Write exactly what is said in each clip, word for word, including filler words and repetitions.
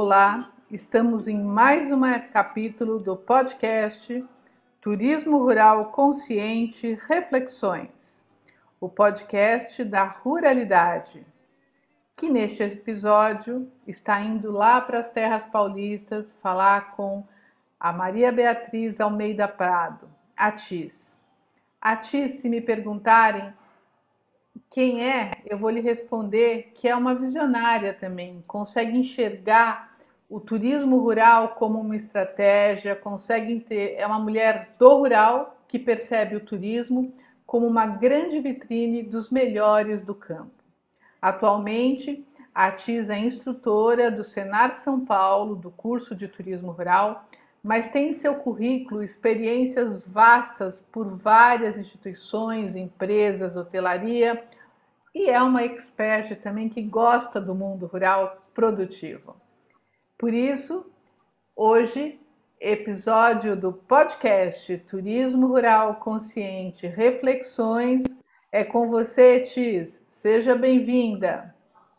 Olá, estamos em mais um capítulo do podcast Turismo Rural Consciente Reflexões, o podcast da ruralidade, que neste episódio está indo lá para as terras paulistas falar com a Maria Beatriz Almeida Prado, a Tis. A Tis, se me perguntarem quem é, eu vou lhe responder que é uma visionária também, consegue enxergar o turismo rural como uma estratégia, consegue ter, é uma mulher do rural que percebe o turismo como uma grande vitrine dos melhores do campo. Atualmente, a Tis é instrutora do Senar São Paulo, do curso de turismo rural, mas tem em seu currículo experiências vastas por várias instituições, empresas, hotelaria, e é uma expert também que gosta do mundo rural produtivo. Por isso, hoje, episódio do podcast Turismo Rural Consciente Reflexões é com você, Tis. Seja bem-vinda.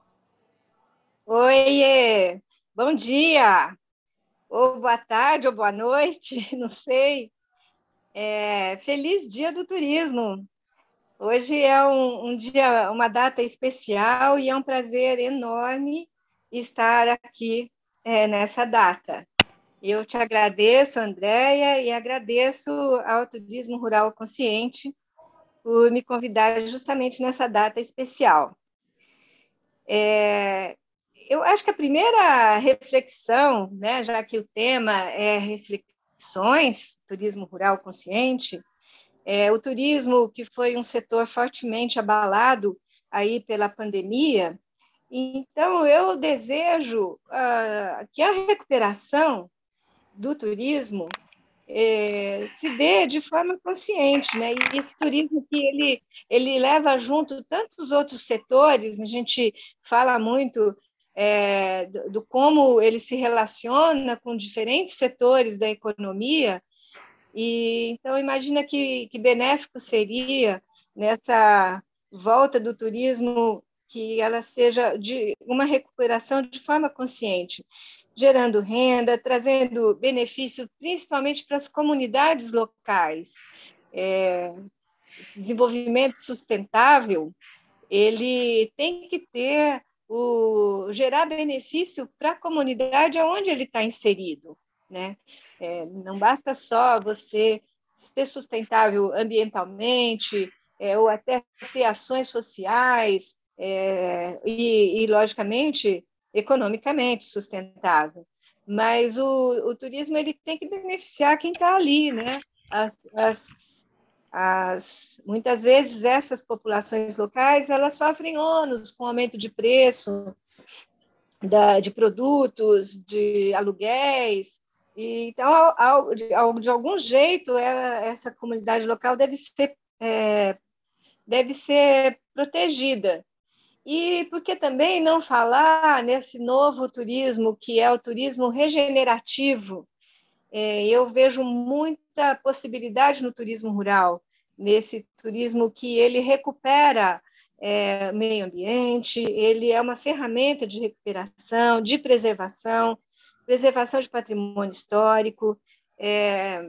Oiê, bom dia, ou boa tarde, ou boa noite, não sei. É, feliz Dia do Turismo. Hoje é um, um dia, uma data especial e é um prazer enorme estar aqui é, nessa data. Eu te agradeço, Andréia, e agradeço ao Turismo Rural Consciente por me convidar justamente nessa data especial. É, eu acho que a primeira reflexão, né, já que o tema é reflexões, turismo rural consciente, é, o turismo que foi um setor fortemente abalado aí pela pandemia, então eu desejo uh, que a recuperação do turismo é, se dê de forma consciente, né? E esse turismo que ele, ele leva junto tantos outros setores, a gente fala muito é, do, do como ele se relaciona com diferentes setores da economia, e então imagina que, que benéfico seria nessa volta do turismo que ela seja de uma recuperação de forma consciente, gerando renda, trazendo benefício principalmente para as comunidades locais. É, desenvolvimento sustentável, ele tem que ter o gerar benefício para a comunidade aonde ele está inserido, né? É, não basta só você ser sustentável ambientalmente, é, ou até ter ações sociais, é, e, e, logicamente, economicamente sustentável. Mas o, o turismo ele tem que beneficiar quem está ali, né? As, as, as, muitas vezes essas populações locais elas sofrem ônus com aumento de preço da, de produtos, de aluguéis. E, então, ao, de, ao, de algum jeito, ela, essa comunidade local deve ser, é, deve ser protegida. E por que também não falar nesse novo turismo, que é o turismo regenerativo? É, eu vejo muita possibilidade no turismo rural, nesse turismo que ele recupera é, meio ambiente, ele é uma ferramenta de recuperação, de preservação, preservação de patrimônio histórico, é,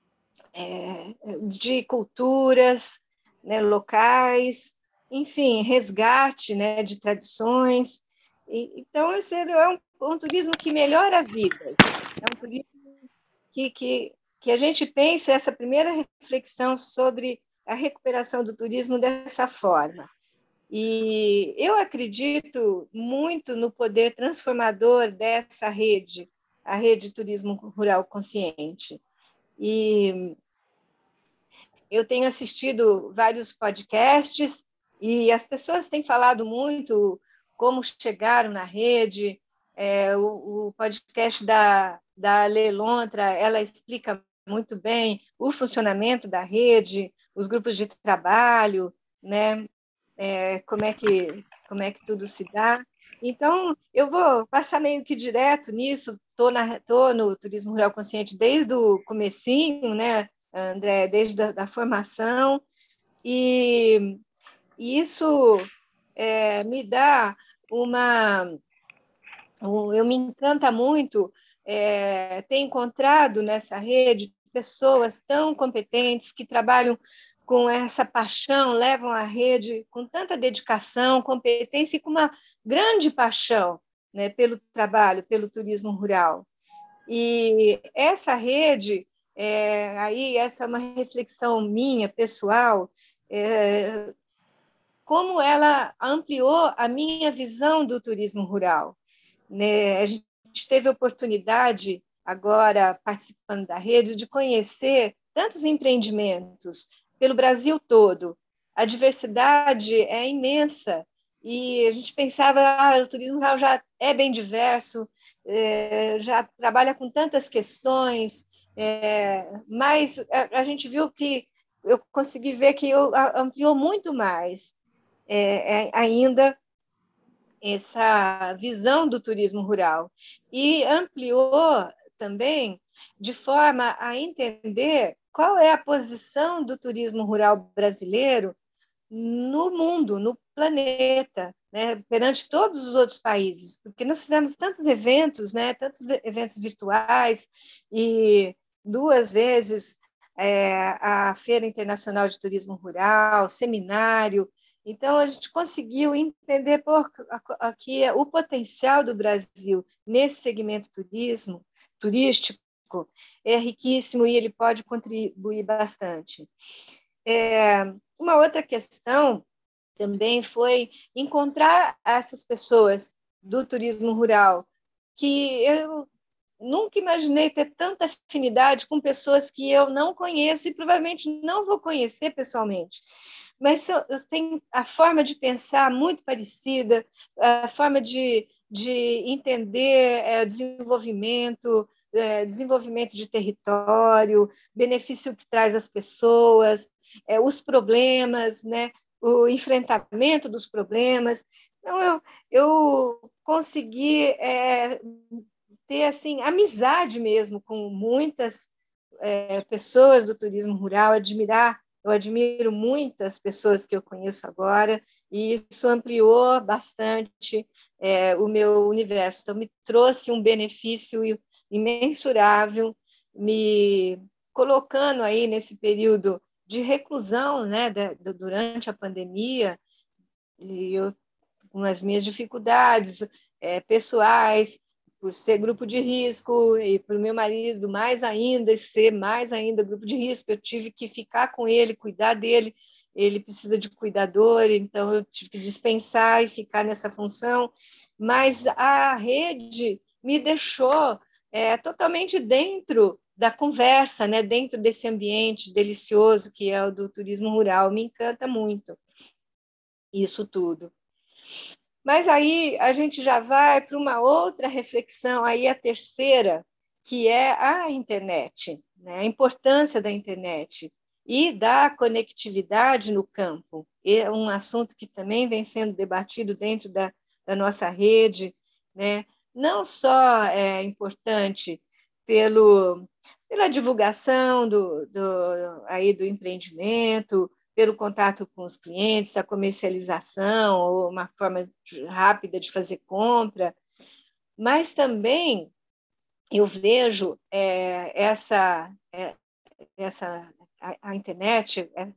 é, de culturas, né, locais, enfim, resgate, né, de tradições. E, então, esse é um, um turismo que melhora vidas, é um turismo que, que, que a gente pense essa primeira reflexão sobre a recuperação do turismo dessa forma. E eu acredito muito no poder transformador dessa rede, a rede Turismo Rural Consciente. E eu tenho assistido vários podcasts e as pessoas têm falado muito como chegaram na rede. É, o, o podcast da, da Lê Lontra, ela explica muito bem o funcionamento da rede, os grupos de trabalho, né? É, como é que como é que tudo se dá. Então, eu vou passar meio que direto nisso. Estou tô no Turismo Rural Consciente desde o comecinho, né, André, desde a da formação, e, e isso é, me dá uma, eu me encanta muito é, ter encontrado nessa rede pessoas tão competentes que trabalham com essa paixão, levam a rede com tanta dedicação, competência e com uma grande paixão, né, pelo trabalho, pelo turismo rural. E essa rede, é, aí essa é uma reflexão minha, pessoal, é, como ela ampliou a minha visão do turismo rural, né? A gente teve a oportunidade, agora participando da rede, de conhecer tantos empreendimentos pelo Brasil todo. A diversidade é imensa e a gente pensava, ah, o turismo rural já é bem diverso, é, já trabalha com tantas questões, é, mas a, a gente viu que eu consegui ver que eu, a, ampliou muito mais é, é, ainda essa visão do turismo rural e ampliou também de forma a entender qual é a posição do turismo rural brasileiro no mundo, no planeta, né, perante todos os outros países, porque nós fizemos tantos eventos, né, tantos eventos virtuais e duas vezes é, a Feira Internacional de Turismo Rural, seminário. Então, a gente conseguiu entender por, aqui o potencial do Brasil nesse segmento turismo, turístico é riquíssimo e ele pode contribuir bastante. É, uma outra questão também foi encontrar essas pessoas do turismo rural, que eu nunca imaginei ter tanta afinidade com pessoas que eu não conheço e provavelmente não vou conhecer pessoalmente. Mas tem a forma de pensar muito parecida, a forma de, de entender é, desenvolvimento, é, desenvolvimento de território, benefício que traz às pessoas, é, os problemas, né, o enfrentamento dos problemas. Então, eu, eu consegui é, ter assim amizade mesmo com muitas é, pessoas do turismo rural, admirar, eu admiro muitas pessoas que eu conheço agora, e isso ampliou bastante é, o meu universo. Então, me trouxe um benefício imensurável, me colocando aí nesse período de reclusão, né, de, de, durante a pandemia, e eu com as minhas dificuldades é, pessoais, por ser grupo de risco, e para o meu marido mais ainda, ser mais ainda grupo de risco, eu tive que ficar com ele, cuidar dele, ele precisa de cuidador, então eu tive que dispensar e ficar nessa função, mas a rede me deixou é, totalmente dentro da conversa, né, dentro desse ambiente delicioso que é o do turismo rural, me encanta muito isso tudo. Mas aí a gente já vai para uma outra reflexão, aí a terceira, que é a internet, né? A importância da internet e da conectividade no campo. É um assunto que também vem sendo debatido dentro da, da nossa rede, né? Não só é importante pelo, pela divulgação do, do, aí do empreendimento, pelo contato com os clientes, a comercialização, ou uma forma rápida de fazer compra, mas também eu vejo é, essa, é, essa a, a internet é,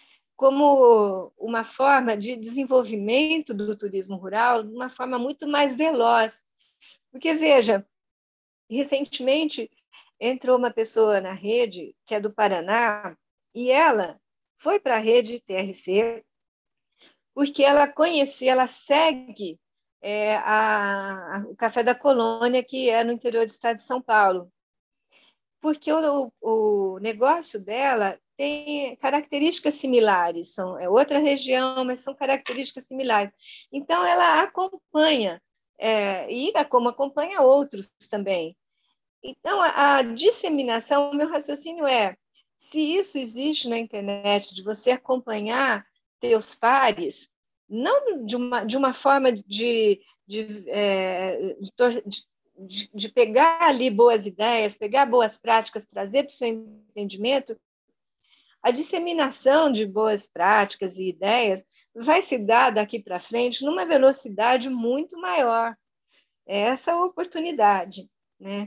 como uma forma de desenvolvimento do turismo rural de uma forma muito mais veloz. Porque, veja, recentemente entrou uma pessoa na rede, que é do Paraná, e ela foi para a rede T R C, porque ela conhecia, ela segue é, a, a, o Café da Colônia, que é no interior do estado de São Paulo. Porque o, o negócio dela tem características similares, são, é outra região, mas são características similares. Então, ela acompanha, é, e como acompanha outros também. Então, a, a disseminação, o meu raciocínio é, se isso existe na internet, de você acompanhar teus pares, não de uma, de uma forma de, de, é, de, de, de pegar ali boas ideias, pegar boas práticas, trazer para o seu empreendimento, a disseminação de boas práticas e ideias vai se dar daqui para frente numa velocidade muito maior. essa oportunidade, né?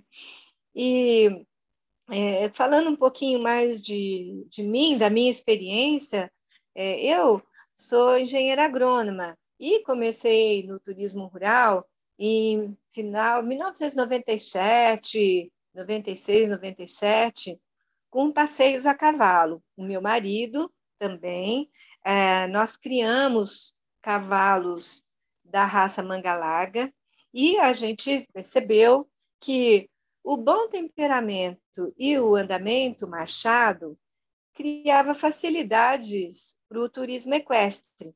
E é, falando um pouquinho mais de, de mim, da minha experiência, é, eu sou engenheira agrônoma e comecei no turismo rural em final mil novecentos e noventa e sete, noventa e seis, noventa e sete, com passeios a cavalo. O meu marido também, é, nós criamos cavalos da raça manga larga e a gente percebeu que o bom temperamento e o andamento marchado criava facilidades para o turismo equestre.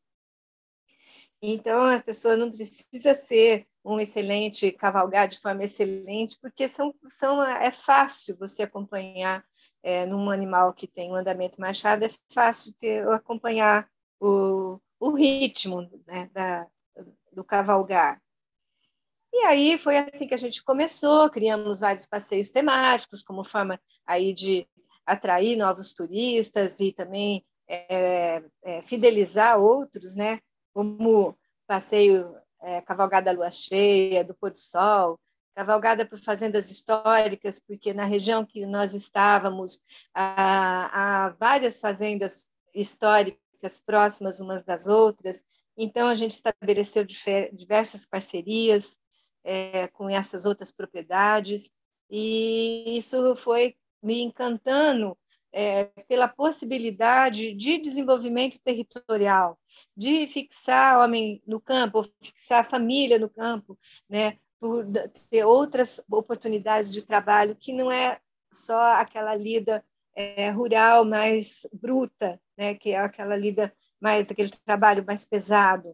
Então, a pessoa não precisa ser um excelente, cavalgar de forma excelente, porque são, são, é fácil você acompanhar é, num animal que tem um andamento marchado, é fácil ter, acompanhar o, o ritmo, né, da, do cavalgar. E aí foi assim que a gente começou, criamos vários passeios temáticos, como forma aí de atrair novos turistas e também é, é, fidelizar outros, né? Como passeio é, cavalgada à lua cheia, do pôr do sol, cavalgada por fazendas históricas, porque na região que nós estávamos há, há várias fazendas históricas próximas umas das outras, então a gente estabeleceu diversas parcerias é, com essas outras propriedades, e isso foi me encantando é, pela possibilidade de desenvolvimento territorial, de fixar homem no campo, fixar família no campo, né, por ter outras oportunidades de trabalho que não é só aquela lida é, rural mais bruta, né, que é aquela lida mais aquele trabalho mais pesado.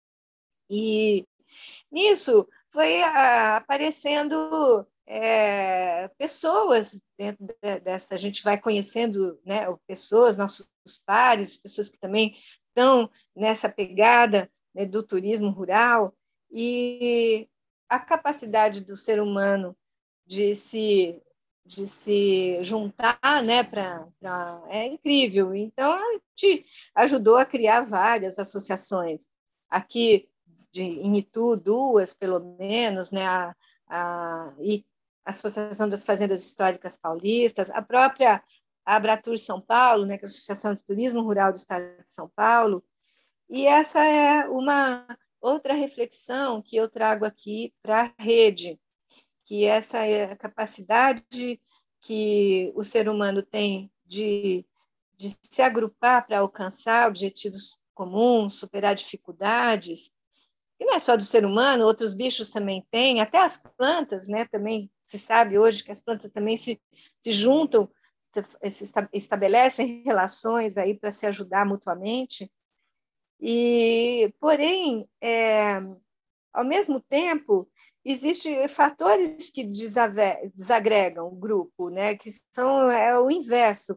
E nisso foi ah, aparecendo é, pessoas dentro de, dessa, a gente vai conhecendo, né, pessoas, nossos pares, pessoas que também estão nessa pegada, né, do turismo rural, e a capacidade do ser humano de se de se juntar, né, para é incrível. Então a gente ajudou a criar várias associações. Aqui de, em Itu, duas, pelo menos, né, a, a, e a Associação das Fazendas Históricas Paulistas, a própria Abratur São Paulo, né, que é a Associação de Turismo Rural do Estado de São Paulo, e essa é uma outra reflexão que eu trago aqui para a rede, que essa é a capacidade que o ser humano tem de, de se agrupar para alcançar objetivos comuns, superar dificuldades, e não é só do ser humano, outros bichos também têm, até as plantas, né, também se sabe hoje que as plantas também se, se juntam, se, se estabelecem relações aí para se ajudar mutuamente, e, porém, é, ao mesmo tempo, existem fatores que desagregam o grupo, né, que são é o inverso,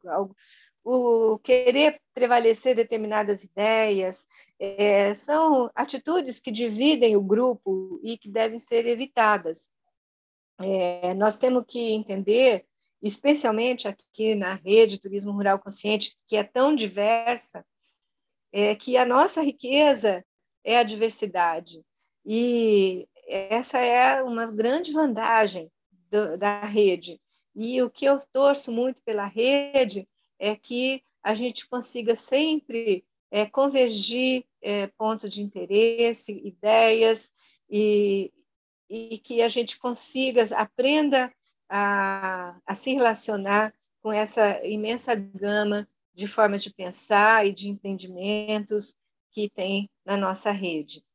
o querer prevalecer determinadas ideias, é, são atitudes que dividem o grupo e que devem ser evitadas. É, nós temos que entender, especialmente aqui na rede Turismo Rural Consciente, que é tão diversa, é, que a nossa riqueza é a diversidade. E essa é uma grande vantagem do, da rede. E o que eu torço muito pela rede é que a gente consiga sempre é, convergir é, pontos de interesse, ideias, e, e que a gente consiga, aprenda a, a se relacionar com essa imensa gama de formas de pensar e de empreendimentos que tem na nossa rede.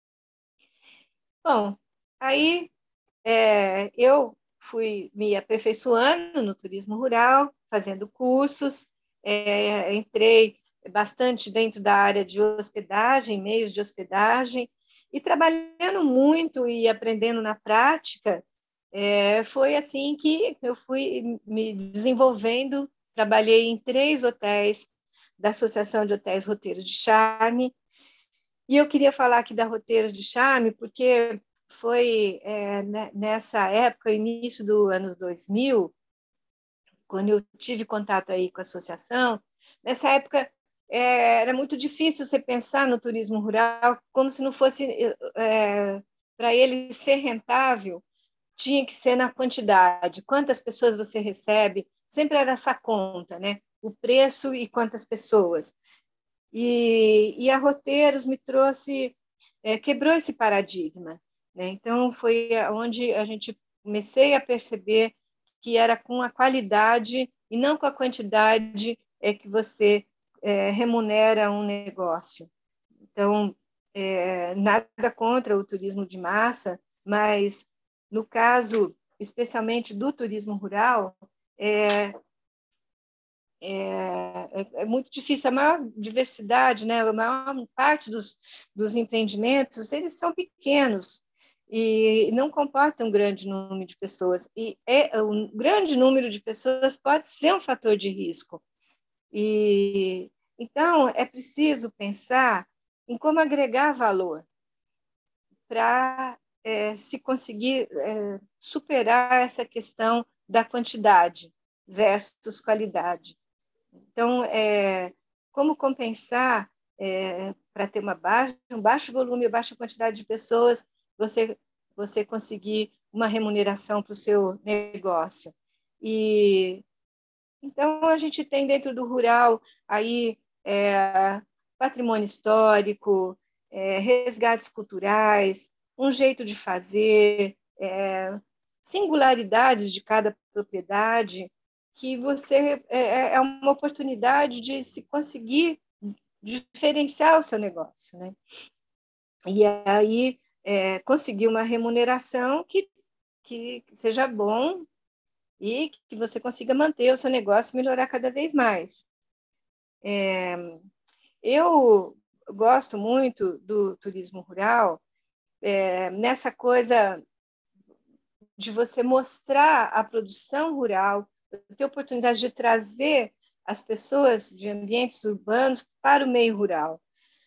Bom, aí é, eu fui me aperfeiçoando no turismo rural, fazendo cursos, é, entrei bastante dentro da área de hospedagem, meios de hospedagem, e trabalhando muito e aprendendo na prática, é, foi assim que eu fui me desenvolvendo. Trabalhei em três hotéis da Associação de Hotéis Roteiros de Charme, e eu queria falar aqui da Roteiros de Charme, porque foi é, nessa época, início do anos dois mil, quando eu tive contato aí com a associação. Nessa época é, era muito difícil você pensar no turismo rural como se não fosse é, para ele ser rentável, tinha que ser na quantidade. Quantas pessoas você recebe? Sempre era essa conta, né? O preço e quantas pessoas. E, e a Roteiros me trouxe, é, quebrou esse paradigma, né? Então, foi onde a gente comecei a perceber que era com a qualidade e não com a quantidade é que você é, remunera um negócio. Então, é, nada contra o turismo de massa, mas no caso, especialmente do turismo rural, é, é, é muito difícil. A maior diversidade, né, a maior parte dos, dos empreendimentos, eles são pequenos e não comportam um grande número de pessoas. E é, um grande número de pessoas pode ser um fator de risco. E, então, é preciso pensar em como agregar valor para é, se conseguir é, superar essa questão da quantidade versus qualidade. Então, é, como compensar é, para ter uma baixa, um baixo volume, baixa quantidade de pessoas, você, você conseguir uma remuneração para o seu negócio. E então a gente tem dentro do rural aí é, patrimônio histórico, é, resgates culturais, um jeito de fazer, é, singularidades de cada propriedade, que você é, é uma oportunidade de se conseguir diferenciar o seu negócio, né? E aí é, conseguir uma remuneração que, que seja bom e que você consiga manter o seu negócio e melhorar cada vez mais. É, eu gosto muito do turismo rural, é, nessa coisa de você mostrar a produção rural, ter oportunidade de trazer as pessoas de ambientes urbanos para o meio rural,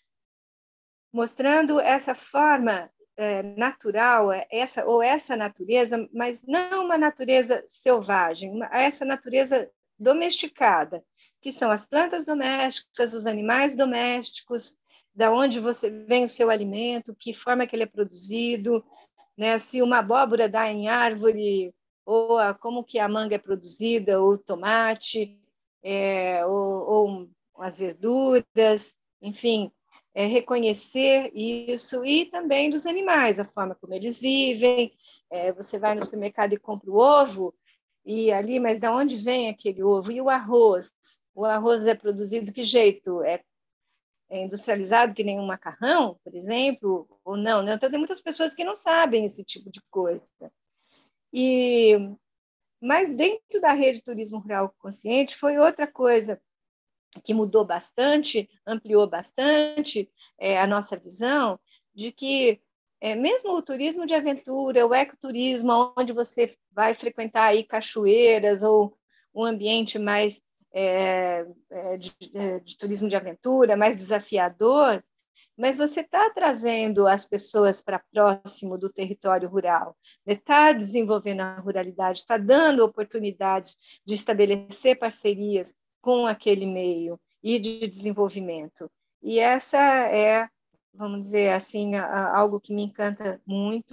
mostrando essa forma é, natural, essa ou essa natureza, mas não uma natureza selvagem, uma, essa natureza domesticada, que são as plantas domésticas, os animais domésticos, da onde você vem o seu alimento, que forma que ele é produzido, né? Se uma abóbora dá em árvore, ou a, como que a manga é produzida, ou o tomate, é, ou, ou as verduras, enfim, é, reconhecer isso, e também dos animais, a forma como eles vivem. É, você vai no supermercado e compra o ovo, e ali, mas de onde vem aquele ovo? E o arroz? O arroz é produzido de que jeito? É, é industrializado que nem um macarrão, por exemplo, ou não, né? Então, tem muitas pessoas que não sabem esse tipo de coisa. E, mas dentro da rede Turismo Rural Consciente foi outra coisa que mudou bastante, ampliou bastante é, a nossa visão de que é, mesmo o turismo de aventura, o ecoturismo, onde você vai frequentar aí cachoeiras ou um ambiente mais é, é, de, de, de turismo de aventura, mais desafiador, mas você está trazendo as pessoas para próximo do território rural, está desenvolvendo a ruralidade, está dando oportunidades de estabelecer parcerias com aquele meio e de desenvolvimento. E essa é, vamos dizer assim, algo que me encanta muito,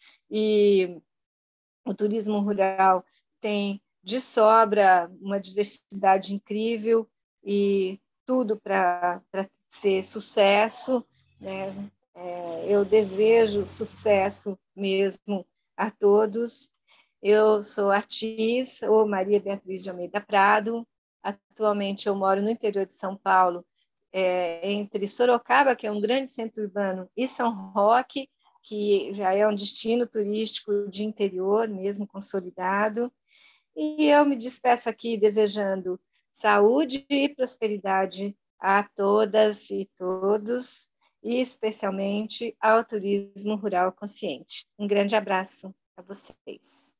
e o turismo rural tem de sobra uma diversidade incrível e tudo para ser sucesso, né? É, eu desejo sucesso mesmo a todos. Eu sou artista, ou Maria Beatriz de Almeida Prado. Atualmente eu moro no interior de São Paulo, é, entre Sorocaba, que é um grande centro urbano, e São Roque, que já é um destino turístico de interior, mesmo consolidado. E eu me despeço aqui desejando saúde e prosperidade a todas e todos, e especialmente ao turismo rural consciente. Um grande abraço a vocês.